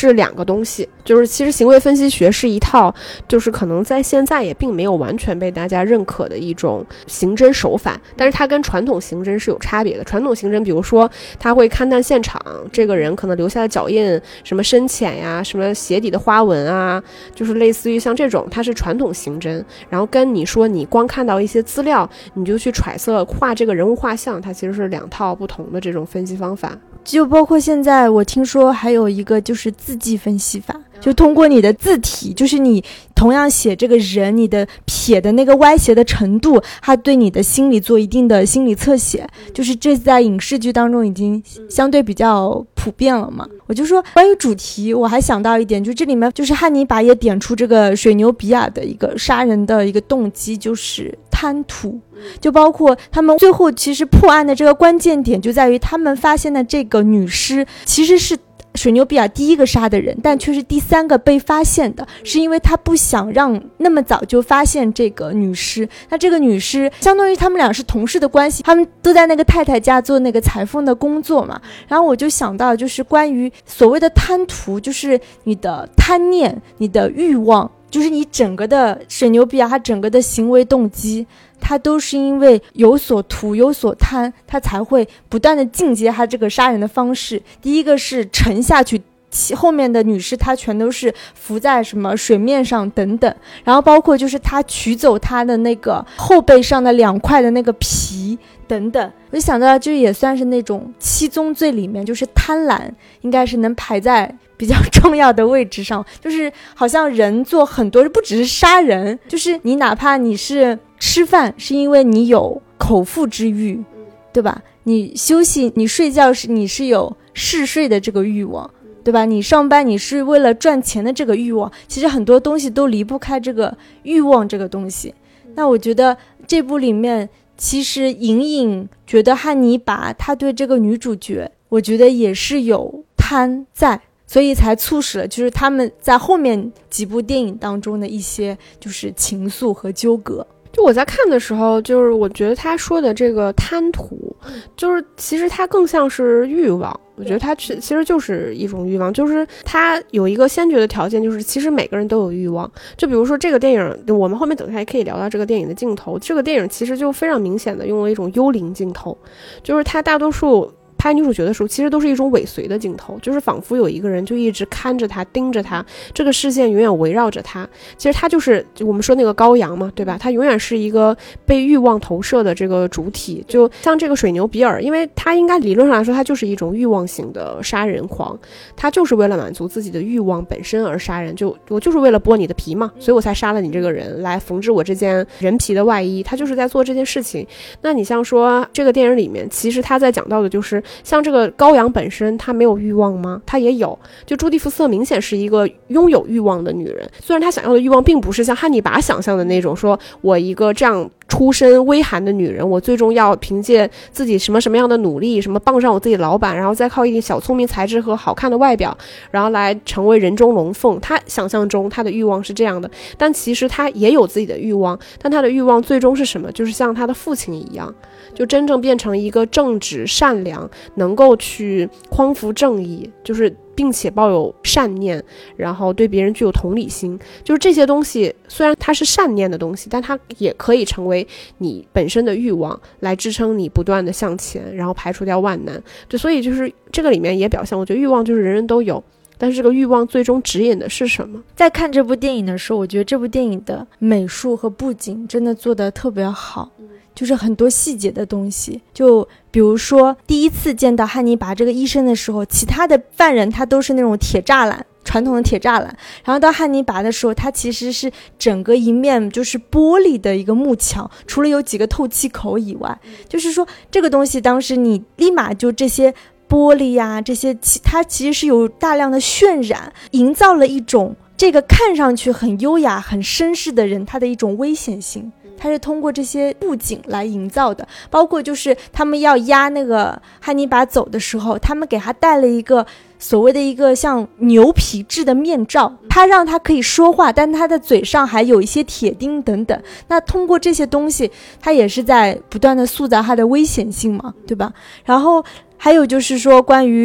是两个东西，就是其实行为分析学是一套就是可能在现在也并没有完全被大家认可的一种刑侦手法，但是它跟传统刑侦是有差别的。传统刑侦比如说他会勘探现场，这个人可能留下的脚印什么深浅呀，什么鞋底的花纹啊，就是类似于像这种，它是传统刑侦。然后跟你说你光看到一些资料你就去揣测画这个人物画像，它其实是两套不同的这种分析方法。 就包括现在我听说还有一个就是字迹分析法，就通过你的字体，就是你同样写这个人，你的撇的那个歪斜的程度，它对你的心理做一定的心理侧写，就是这在影视剧当中已经相对比较普遍了嘛。我就说关于主题我还想到一点，就这里面就是汉尼拔也点出这个水牛比亚的一个杀人的一个动机，就是贪图。就包括他们最后其实破案的这个关键点就在于他们发现的这个女尸其实是水牛比亚第一个杀的人，但却是第三个被发现的，是因为他不想让那么早就发现这个女尸。那这个女尸相当于他们俩是同事的关系，他们都在那个太太家做那个裁缝的工作嘛。然后我就想到就是关于所谓的贪图，就是你的贪念，你的欲望，就是你整个的水牛比亚他整个的行为动机，他都是因为有所图有所贪，他才会不断的进阶他这个杀人的方式。第一个是沉下去，后面的女尸她全都是浮在什么水面上等等，然后包括就是他取走她的那个后背上的两块的那个皮等等。我就想到这也算是那种七宗罪里面，就是贪婪应该是能排在比较重要的位置上。就是好像人做很多不只是杀人，就是你哪怕你是吃饭是因为你有口腹之欲，对吧？你休息你睡觉是你是有嗜睡的这个欲望，对吧？你上班你是为了赚钱的这个欲望，其实很多东西都离不开这个欲望这个东西。那我觉得这部里面其实隐隐觉得汉尼拔他对这个女主角我觉得也是有贪在，所以才促使了就是他们在后面几部电影当中的一些就是情愫和纠葛。 就我在看的时候，就是我觉得他说的这个贪图，就是其实他更像是欲望。我觉得他其实就是一种欲望，就是他有一个先决的条件，就是其实每个人都有欲望。就比如说这个电影，我们后面等一下也可以聊到这个电影的镜头，这个电影其实就非常明显的用了一种幽灵镜头，就是他大多数拍女主角的时候其实都是一种尾随的镜头，就是仿佛有一个人就一直看着她盯着她，这个视线永远围绕着她。其实她就是我们说那个羔羊嘛，对吧？她永远是一个被欲望投射的这个主体。就像这个水牛比尔，因为他应该理论上来说他就是一种欲望型的杀人狂，他就是为了满足自己的欲望本身而杀人，就我就是为了剥你的皮嘛，所以我才杀了你这个人来缝制我这件人皮的外衣，他就是在做这件事情。那你像说这个电影里面其实他在讲到的就是像这个羔羊本身他没有欲望吗？他也有。就朱蒂福斯明显是一个拥有欲望的女人，虽然她想要的欲望并不是像汉尼拔想象的那种，说我一个这样出身微寒的女人，我最终要凭借自己什么什么样的努力，什么傍上我自己老板，然后再靠一点小聪明才智和好看的外表，然后来成为人中龙凤。她想象中她的欲望是这样的，但其实她也有自己的欲望，但她的欲望最终是什么？就是像她的父亲一样，就真正变成一个正直善良，能够去匡扶正义，就是并且抱有善念，然后对别人具有同理心。就是这些东西虽然它是善念的东西，但它也可以成为你本身的欲望，来支撑你不断的向前，然后排除掉万难。对，所以就是这个里面也表现，我觉得欲望就是人人都有，但是这个欲望最终指引的是什么？ 在看这部电影的时候，我觉得这部电影的美术和布景真的做得特别好，就是很多细节的东西。就比如说第一次见到汉尼拔这个医生的时候，其他的犯人他都是那种铁栅栏，传统的铁栅栏，然后到汉尼拔的时候，他其实是整个一面就是玻璃的一个幕墙，除了有几个透气口以外，就是说这个东西当时你立马就这些玻璃呀、啊、这些它其实是有大量的渲染，营造了一种这个看上去很优雅很绅士的人他的一种危险性，它是通过这些布景来营造的。包括就是他们要押那个汉尼拔走的时候，他们给他戴了一个所谓的一个像牛皮制的面罩，他让他可以说话，但他的嘴上还有一些铁钉等等。那通过这些东西，他也是在不断的塑造他的危险性嘛，对吧？然后还有就是说关于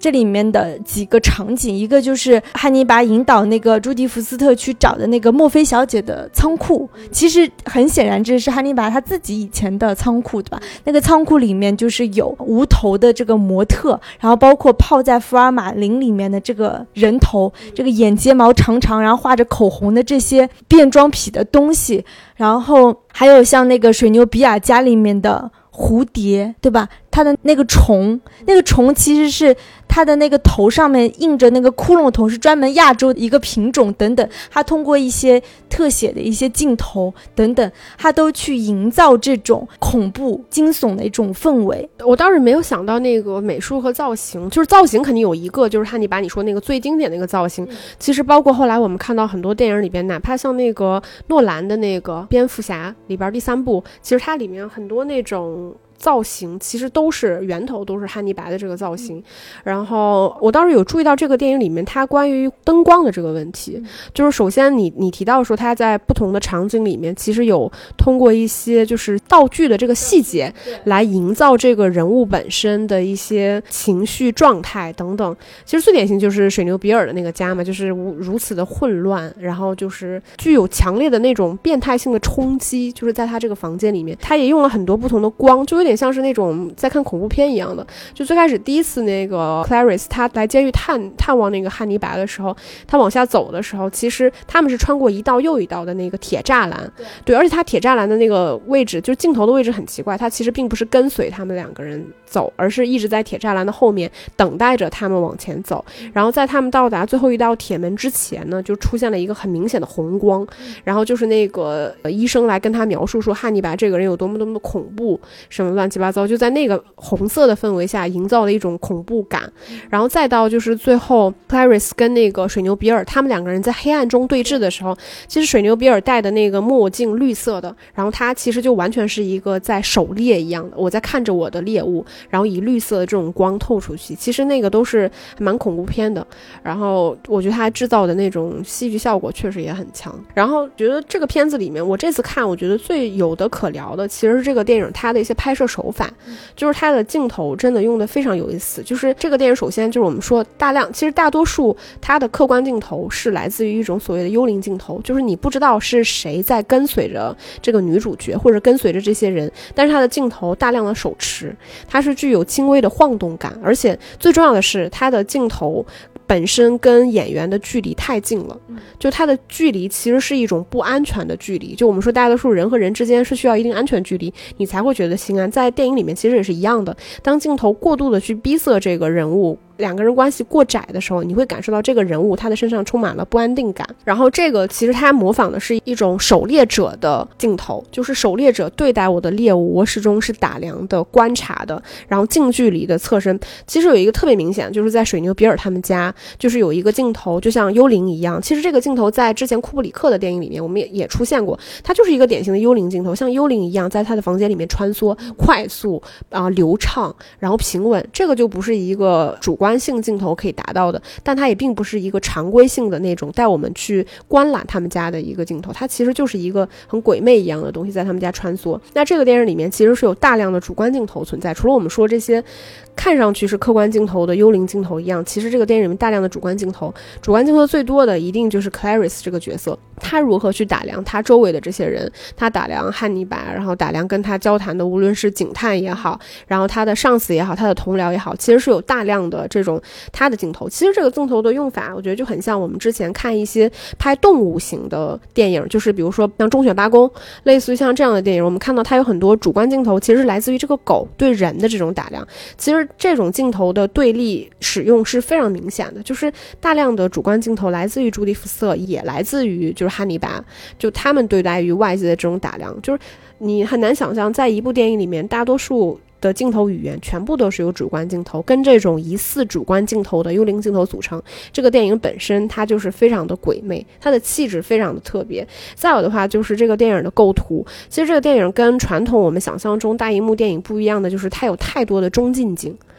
这里面的几个场景，一个就是汉尼拔引导那个朱迪福斯特去找的那个墨菲小姐的仓库，其实很显然这是汉尼拔他自己以前的仓库，对吧？那个仓库里面就是有无头的这个模特，然后包括泡在福尔马林里面的这个人头，这个眼睫毛长长然后画着口红的这些变装癖的东西，然后还有像那个水牛比尔家里面的蝴蝶，对吧？它的那个虫，那个虫其实是它的那个头上面印着那个窟窿头，是专门亚洲的一个品种等等。它通过一些特写的一些镜头等等，它都去营造这种恐怖惊悚的一种氛围。 我倒是没有想到那个美术和造型，就是造型肯定有一个，就是汉尼拔你说那个最经典的那个造型。嗯、其实包括后来我们看到很多电影里边，哪怕像那个诺兰的那个蝙蝠侠里边第三部，其实它里面很多那种造型其实都是源头都是汉尼拔的这个造型。然后我倒是有注意到这个电影里面它关于灯光的这个问题，就是首先你你提到说它在不同的场景里面其实有通过一些就是道具的这个细节来营造这个人物本身的一些情绪状态等等。其实最典型就是水牛比尔的那个家嘛，就是如此的混乱，然后就是具有强烈的那种变态性的冲击，就是在他这个房间里面他也用了很多不同的光，就有点像是那种在看恐怖片一样的。就最开始第一次那个 Clarice 他来监狱探探望那个汉尼拔的时候，他往下走的时候，其实他们是穿过一道又一道的那个铁栅栏， 对, 对，而且他铁栅栏的那个位置就是镜头的位置很奇怪，他其实并不是跟随他们两个人走，而是一直在铁栅栏的后面等待着他们往前走。然后在他们到达最后一道铁门之前呢，就出现了一个很明显的红光，然后就是那个、呃、医生来跟他描述说汉尼拔这个人有多么多么的恐怖，什么乱七八糟，就在那个红色的氛围下营造了一种恐怖感。然后再到就是最后 Clarice 跟那个水牛比尔他们两个人在黑暗中对峙的时候，其实水牛比尔戴的那个墨镜绿色的，然后他其实就完全是一个在狩猎一样的，我在看着我的猎物，然后以绿色的这种光透出去，其实那个都是蛮恐怖片的。然后我觉得他制造的那种戏剧效果确实也很强。然后觉得这个片子里面我这次看我觉得最有的可聊的其实是这个电影它的一些拍摄手法，就是它的镜头真的用的非常有意思。就是这个电影首先就是我们说大量其实大多数它的客观镜头是来自于一种所谓的幽灵镜头，就是你不知道是谁在跟随着这个女主角或者跟随着这些人，但是它的镜头大量的手持，它是具有轻微的晃动感，而且最重要的是它的镜头本身跟演员的距离太近了，就它的距离其实是一种不安全的距离，就我们说大多数人和人之间是需要一定安全距离你才会觉得心安，在电影里面其实也是一样的，当镜头过度的去逼塞这个人物，两个人关系过窄的时候，你会感受到这个人物他的身上充满了不安定感。然后这个其实他模仿的是一种狩猎者的镜头，就是狩猎者对待我的猎物，我始终是打量的观察的，然后近距离的侧身。其实有一个特别明显，就是在水牛比尔他们家就是有一个镜头就像幽灵一样，其实这个镜头在之前库布里克的电影里面我们也也出现过，它就是一个典型的幽灵镜头，像幽灵一样在他的房间里面穿梭，快速啊、呃、流畅，然后平稳。这个就不是一个主观性镜头可以达到的，但它也并不是一个常规性的那种带我们去观览他们家的一个镜头，它其实就是一个很鬼魅一样的东西在他们家穿梭。那这个电影里面其实是有大量的主观镜头存在，除了我们说这些看上去是客观镜头的幽灵镜头一样，其实这个电影里面大量的主观镜头，主观镜头最多的一定就是 Clarice 这个角色，他如何去打量他周围的这些人，他打量汉尼拔，然后打量跟他交谈的无论是警探也好，然后他的上司也好，他的同僚也好，其实是有大量的这种他的镜头。其实这个镜头的用法我觉得就很像我们之前看一些拍动物型的电影，就是比如说像忠犬八公，类似于像这样的电影，我们看到它有很多主观镜头其实是来自于这个狗对人的这种打量，其实这种镜头的对立使用是非常明显的，就是大量的主观镜头来自于朱迪福斯特，也来自于就是汉尼拔，就他们对待于外界的这种打量，就是你很难想象在一部电影里面大多数的镜头语言全部都是由主观镜头跟这种疑似主观镜头的幽灵镜头组成。这个电影本身它就是非常的鬼魅，它的气质非常的特别。再有的话就是这个电影的构图，其实这个电影跟传统我们想象中大荧幕电影不一样的就是它有太多的中近景，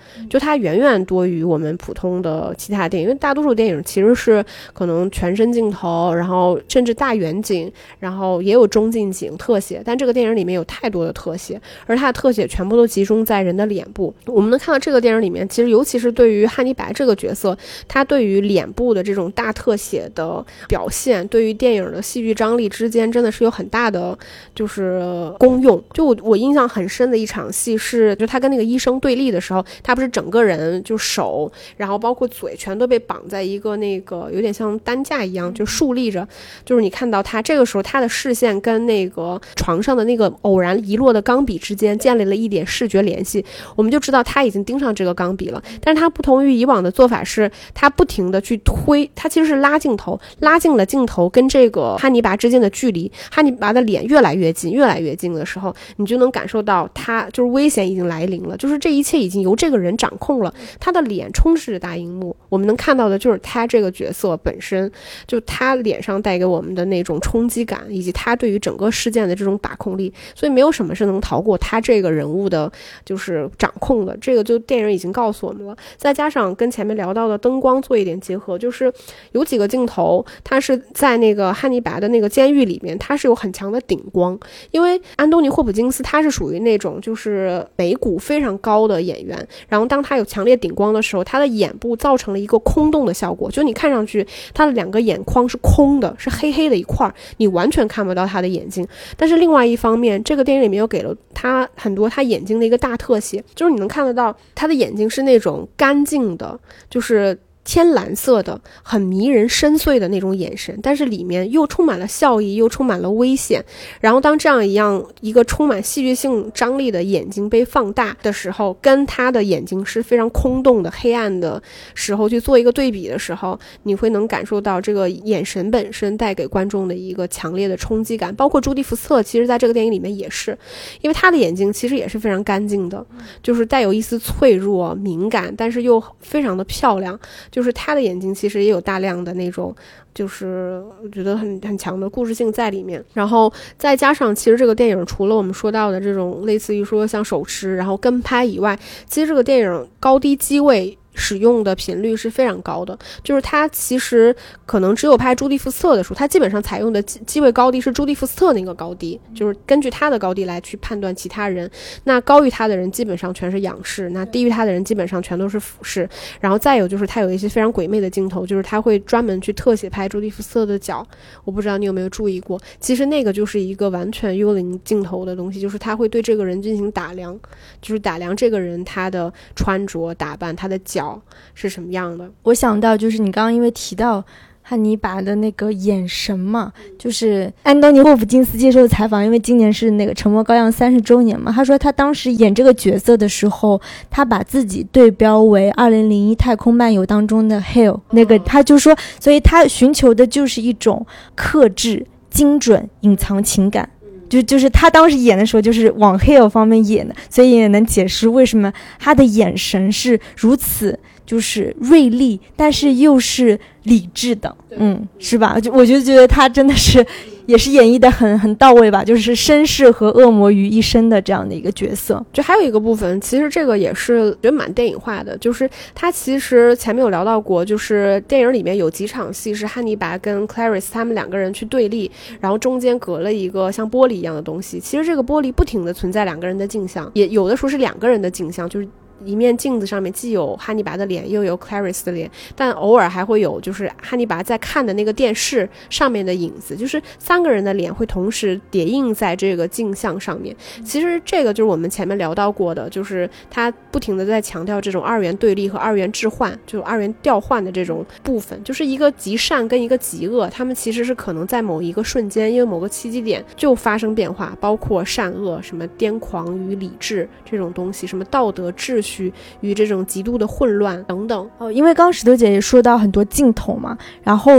就它远远多于我们普通的其他电影，因为大多数电影其实是可能全身镜头，然后甚至大远景，然后也有中近景特写，但这个电影里面有太多的特写，而它的特写全部都集中在人的脸部。我们能看到这个电影里面，其实尤其是对于汉尼拔这个角色，他对于脸部的这种大特写的表现，对于电影的戏剧张力之间真的是有很大的就是功用。就我我印象很深的一场戏是，就他跟那个医生对立的时候，他不是整个人就手然后包括嘴全都被绑在一个那个有点像担架一样就竖立着，就是你看到他这个时候他的视线跟那个床上的那个偶然遗落的钢笔之间建立了一点视觉联系，我们就知道他已经盯上这个钢笔了。但是他不同于以往的做法是，他不停的去推，他其实是拉镜头，拉近了镜头跟这个汉尼拔之间的距离，汉尼拔的脸越来越近越来越近的时候，你就能感受到他就是危险已经来临了，就是这一切已经由这个人掌控了，他的脸充斥着大荧幕，我们能看到的就是他这个角色本身，就他脸上带给我们的那种冲击感，以及他对于整个事件的这种把控力，所以没有什么是能逃过他这个人物的就是掌控的，这个就电影已经告诉我们了。再加上跟前面聊到的灯光做一点结合，就是有几个镜头他是在那个汉尼拔的那个监狱里面，他是有很强的顶光，因为安东尼霍普金斯他是属于那种就是眉骨非常高的演员，然后当他有强烈顶光的时候，他的眼部造成了一个空洞的效果，就你看上去他的两个眼眶是空的，是黑黑的一块，你完全看不到他的眼睛。但是另外一方面，这个电影里面又给了他很多他眼睛的一个大特写，就是你能看得到他的眼睛是那种干净的，就是天蓝色的很迷人深邃的那种眼神，但是里面又充满了笑意，又充满了危险。然后当这样一样一个充满戏剧性张力的眼睛被放大的时候，跟他的眼睛是非常空洞的黑暗的时候去做一个对比的时候，你会能感受到这个眼神本身带给观众的一个强烈的冲击感。包括朱迪福斯特其实在这个电影里面也是，因为他的眼睛其实也是非常干净的，就是带有一丝脆弱敏感，但是又非常的漂亮，就是他的眼睛其实也有大量的那种就是我觉得很很强的故事性在里面。然后再加上其实这个电影除了我们说到的这种类似于说像手持然后跟拍以外，其实这个电影高低机位使用的频率是非常高的，就是他其实可能只有拍朱蒂福斯特的时候，他基本上采用的机位高低是朱蒂福斯特那个高低，就是根据他的高低来去判断其他人，那高于他的人基本上全是仰视，那低于他的人基本上全都是俯视。然后再有就是他有一些非常鬼魅的镜头，就是他会专门去特写拍朱蒂福斯特的脚，我不知道你有没有注意过，其实那个就是一个完全幽灵镜头的东西，就是他会对这个人进行打量，就是打量这个人他的穿着打扮，他的脚是什么样的。 我想到就是你刚刚因为提到汉尼拔的那个眼神嘛，就是安东尼霍普金斯接受采访，因为今年是那个沉默羔羊三十周年嘛，他说他当时演这个角色的时候，他把自己对标为二零零一太空漫游当中的 Hale 那个，他就说所以他寻求的就是一种克制精准隐藏情感，就就是他当时演的时候就是往 Hale 方面演的，所以也能解释为什么他的眼神是如此就是锐利但是又是理智的，嗯，是吧？就我就觉得他真的是也是演绎的很很到位吧，就是绅士和恶魔于一身的这样的一个角色。 就还有一个部分，其实这个也是觉得蛮电影化的，就是他其实前面有聊到过，就是电影里面有几场戏是汉尼拔跟 Clarice 他们两个人去对立，然后中间隔了一个像玻璃一样的东西，其实这个玻璃不停的存在两个人的镜像，也有的时候是两个人的镜像，就是一面镜子上面既有汉尼拔的脸又有 Clarice 的脸，但偶尔还会有就是汉尼拔在看的那个电视上面的影子，就是三个人的脸会同时叠映在这个镜像上面。其实这个就是我们前面聊到过的，就是他不停的在强调这种二元对立和二元置换，就是二元调换的这种部分，就是一个极善跟一个极恶，他们其实是可能在某一个瞬间因为某个契机点就发生变化，包括善恶什么癫狂与理智这种东西，什么道德秩序与这种极度的混乱等等。 哦，因为刚石头姐也说到很多镜头嘛，然后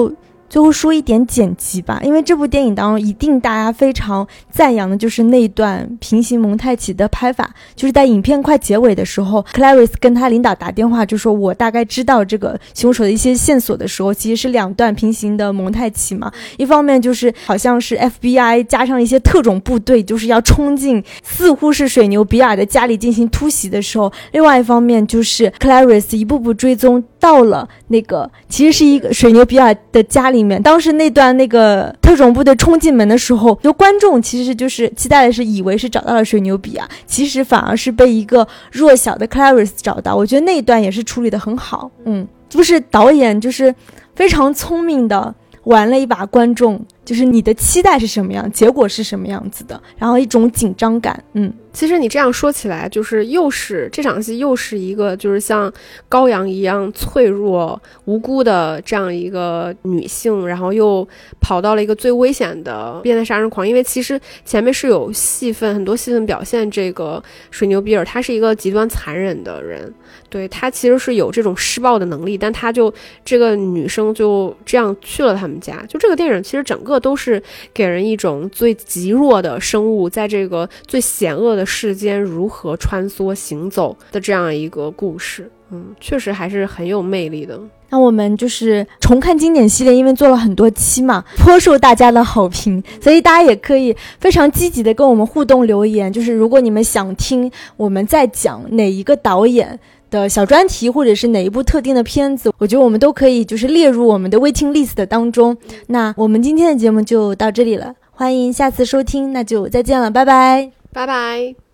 最后说一点剪辑吧，因为这部电影当中一定大家非常赞扬的就是那段平行蒙太奇的拍法，就是在影片快结尾的时候 Clarice 跟他领导打电话就说我大概知道这个凶手的一些线索的时候，其实是两段平行的蒙太奇嘛，一方面就是好像是 F B I 加上一些特种部队就是要冲进似乎是水牛比尔的家里进行突袭的时候，另外一方面就是 Clarice 一步步追踪到了那个其实是一个水牛比尔的家里面，当时那段那个特种部队冲进门的时候，有观众其实就是期待的是以为是找到了水牛比尔，其实反而是被一个弱小的 Clarice 找到，我觉得那一段也是处理得很好。嗯，就是导演就是非常聪明的玩了一把观众，就是你的期待是什么样，结果是什么样子的，然后一种紧张感。嗯， 其实你这样说起来，就是又是这场戏又是一个就是像羔羊一样脆弱无辜的这样一个女性，然后又跑到了一个最危险的变态杀人狂。因为其实前面是有戏份，很多戏份表现这个水牛比尔他是一个极端残忍的人，对，他其实是有这种施暴的能力，但他就这个女生就这样去了他们家。就这个电影其实整个都是给人一种最极弱的生物在这个最险恶的世间如何穿梭行走的这样一个故事。嗯，确实还是很有魅力的。 那我们就是重看经典系列，因为做了很多期嘛，颇受大家的好评，所以大家也可以非常积极的跟我们互动留言，就是如果你们想听我们在讲哪一个导演的小专题，或者是哪一部特定的片子，我觉得我们都可以就是列入我们的 waiting list 当中。那我们今天的节目就到这里了，欢迎下次收听，那就再见了，拜拜， 拜拜。